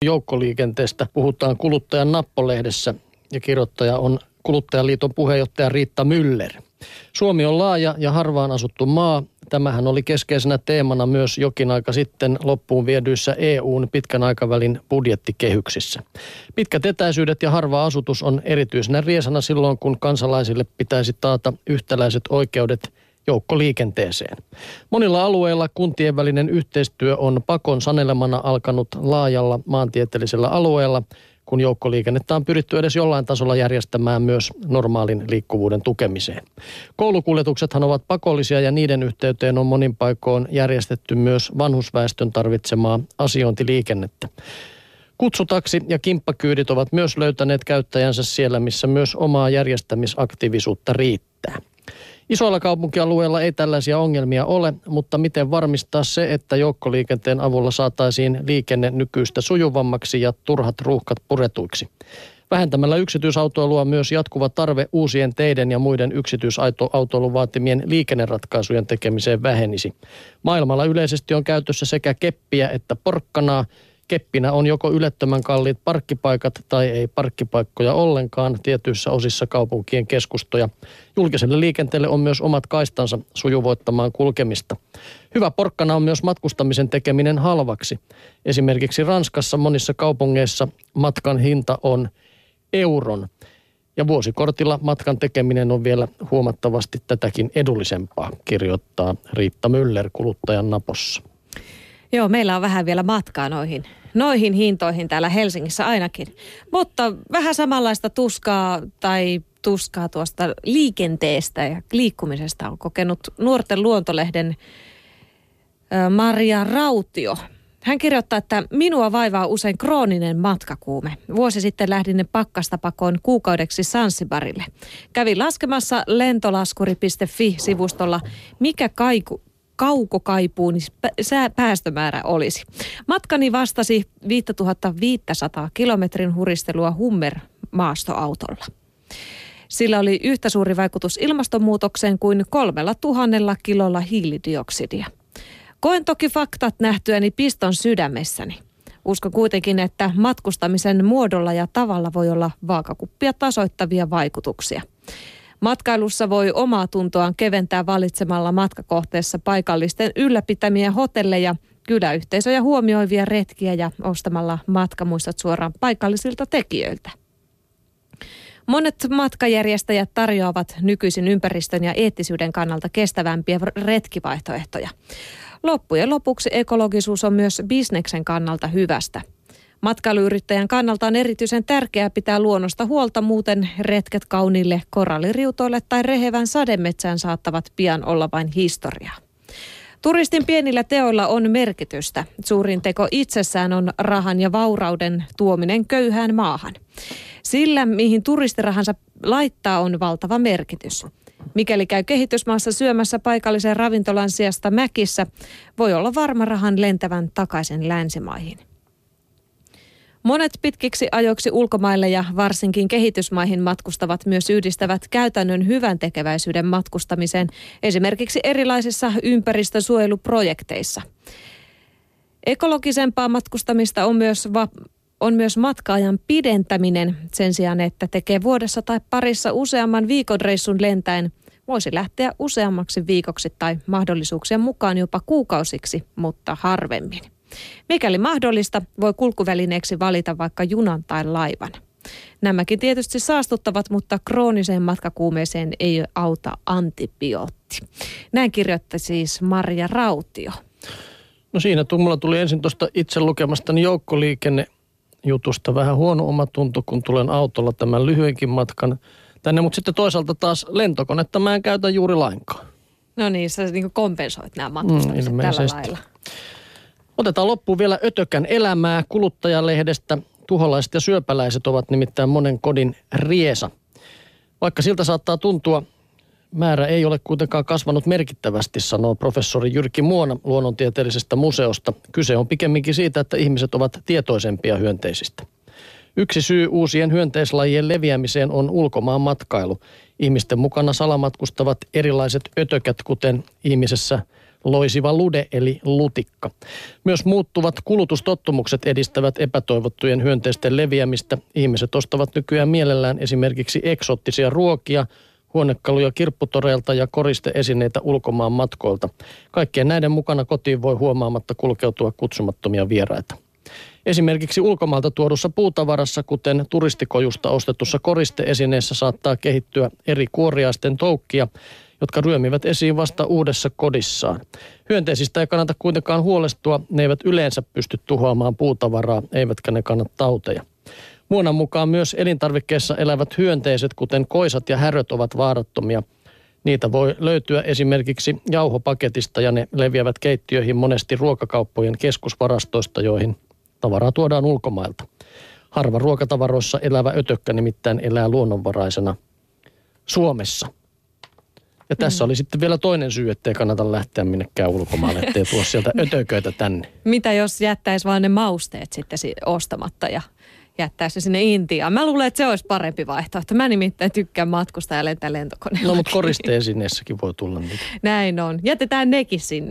Joukkoliikenteestä puhutaan Kuluttajan Nappo-lehdessä ja kirjoittaja on Kuluttajaliiton puheenjohtaja Riitta Myller. Suomi on laaja ja harvaan asuttu maa. Tämähän oli keskeisenä teemana myös jokin aika sitten loppuun viedyissä EU:n pitkän aikavälin budjettikehyksissä. Pitkät etäisyydet ja harva asutus on erityisenä riesana silloin, kun kansalaisille pitäisi taata yhtäläiset oikeudet joukkoliikenteeseen. Monilla alueilla kuntien välinen yhteistyö on pakon sanelemana alkanut laajalla maantieteellisellä alueella, kun joukkoliikennettä on pyritty edes jollain tasolla järjestämään myös normaalin liikkuvuuden tukemiseen. Koulukuljetuksethan ovat pakollisia ja niiden yhteyteen on monin paikoin järjestetty myös vanhusväestön tarvitsemaa asiointiliikennettä. Kutsutaksi ja kimppakyydit ovat myös löytäneet käyttäjänsä siellä, missä myös omaa järjestämisaktiivisuutta riittää. Isoilla kaupunkialueilla ei tällaisia ongelmia ole, mutta miten varmistaa se, että joukkoliikenteen avulla saataisiin liikenne nykyistä sujuvammaksi ja turhat ruuhkat puretuiksi? Vähentämällä yksityisautoilua myös jatkuva tarve uusien teiden ja muiden yksityisautoilun vaatimien liikenneratkaisujen tekemiseen vähenisi. Maailmalla yleisesti on käytössä sekä keppiä että porkkanaa. Keppinä on joko ylettömän kalliit parkkipaikat tai ei parkkipaikkoja ollenkaan tietyissä osissa kaupunkien keskustoja. Julkiselle liikenteelle on myös omat kaistansa sujuvoittamaan kulkemista. Hyvä porkkana on myös matkustamisen tekeminen halvaksi. Esimerkiksi Ranskassa monissa kaupungeissa matkan hinta on euron. Ja vuosikortilla matkan tekeminen on vielä huomattavasti tätäkin edullisempaa, kirjoittaa Riitta Myller Kuluttajan Napossa. Joo, meillä on vähän vielä matkaa noihin hintoihin täällä Helsingissä ainakin. Mutta vähän samanlaista tuskaa tuosta liikenteestä ja liikkumisesta on kokenut Nuorten Luontolehden Maria Rautio. Hän kirjoittaa, että minua vaivaa usein krooninen matkakuume. Vuosi sitten lähdin pakkasta pakoon kuukaudeksi Zanzibarille. Kävin laskemassa lentolaskuri.fi-sivustolla, mikä kaukokaipuun päästömäärä olisi. Matkani vastasi 5500 kilometrin huristelua Hummer-maastoautolla. Sillä oli yhtä suuri vaikutus ilmastonmuutokseen kuin 3000 kilolla hiilidioksidia. Koen toki faktat nähtyäni piston sydämessäni. Uskon kuitenkin, että matkustamisen muodolla ja tavalla voi olla vaakakuppia tasoittavia vaikutuksia. Matkailussa voi omaa tuntoaan keventää valitsemalla matkakohteessa paikallisten ylläpitämiä hotelleja, kyläyhteisöjä huomioivia retkiä ja ostamalla matkamuistot suoraan paikallisilta tekijöiltä. Monet matkajärjestäjät tarjoavat nykyisin ympäristön ja eettisyyden kannalta kestävämpiä retkivaihtoehtoja. Loppujen lopuksi ekologisuus on myös bisneksen kannalta hyvästä. Matkailuyrittäjän kannalta on erityisen tärkeää pitää luonnosta huolta, muuten retket kauniille koralliriutoille tai rehevän sademetsään saattavat pian olla vain historiaa. Turistin pienillä teoilla on merkitystä. Suurin teko itsessään on rahan ja vaurauden tuominen köyhään maahan. Sillä, mihin turistirahansa laittaa, on valtava merkitys. Mikäli käy kehitysmaassa syömässä paikallisen ravintolan sijasta mäkissä, voi olla varma rahan lentävän takaisin länsimaihin. Monet pitkiksi ajoiksi ulkomaille ja varsinkin kehitysmaihin matkustavat myös yhdistävät käytännön hyvän tekeväisyyden matkustamiseen, esimerkiksi erilaisissa ympäristönsuojeluprojekteissa. Ekologisempaa matkustamista on myös matka-ajan pidentäminen. Sen sijaan, että tekee vuodessa tai parissa useamman viikon reissun lentäen, voisi lähteä useammaksi viikoksi tai mahdollisuuksien mukaan jopa kuukausiksi, mutta harvemmin. Mikäli mahdollista, voi kulkuvälineeksi valita vaikka junan tai laivan. Nämäkin tietysti saastuttavat, mutta krooniseen matkakuumeeseen ei auta antibiootti. Näin kirjoitti siis Maria Rautio. No siinä mulla tuli ensin tuosta itse lukemastani joukkoliikennejutusta vähän huono omatunto, kun tulen autolla tämän lyhyenkin matkan tänne, mutta sitten toisaalta taas lentokonetta mä en käytä juuri lainkaan. No niin, sä niin kompensoit nämä matkustamiset tällä lailla. Otetaan loppuun vielä Ötökän elämää Kuluttajalehdestä. Tuholaiset ja syöpäläiset ovat nimittäin monen kodin riesa. Vaikka siltä saattaa tuntua, määrä ei ole kuitenkaan kasvanut merkittävästi, sanoo professori Jyrki Muona Luonnontieteellisestä museosta. Kyse on pikemminkin siitä, että ihmiset ovat tietoisempia hyönteisistä. Yksi syy uusien hyönteislajien leviämiseen on ulkomaan matkailu. Ihmisten mukana salamatkustavat erilaiset ötökät, kuten ihmisessä loisiva lude eli lutikka. Myös muuttuvat kulutustottumukset edistävät epätoivottujen hyönteisten leviämistä. Ihmiset ostavat nykyään mielellään esimerkiksi eksoottisia ruokia, huonekaluja kirpputoreilta ja koristeesineitä ulkomaan matkoilta. Kaikkien näiden mukana kotiin voi huomaamatta kulkeutua kutsumattomia vieraita. Esimerkiksi ulkomailta tuodussa puutavarassa, kuten turistikojusta ostetussa koristeesineessä, saattaa kehittyä eri kuoriaisten toukkia, jotka ryömivät esiin vasta uudessa kodissaan. Hyönteisistä ei kannata kuitenkaan huolestua, ne eivät yleensä pysty tuhoamaan puutavaraa, eivätkä ne kanna tauteja. Muonan mukaan myös elintarvikkeissa elävät hyönteiset, kuten koisat ja häröt, ovat vaarattomia. Niitä voi löytyä esimerkiksi jauhopaketista ja ne leviävät keittiöihin monesti ruokakauppojen keskusvarastoista, joihin tavaraa tuodaan ulkomailta. Harva ruokatavaroissa elävä ötökkä nimittäin elää luonnonvaraisena Suomessa. Ja tässä oli sitten vielä toinen syy, ettei kannata lähteä minnekään ulkomaille, ettei tuo sieltä ötököitä tänne. Mitä jos jättäisi vaan ne mausteet sitten ostamatta ja jättäisi se sinne Intiaan? Mä luulen, että se olisi parempi vaihtoehto. Mä nimittäin tykkään matkustaa ja lentää lentokoneella. No, mutta koristeesineessäkin voi tulla niitä. Näin on. Jätetään nekin sinne.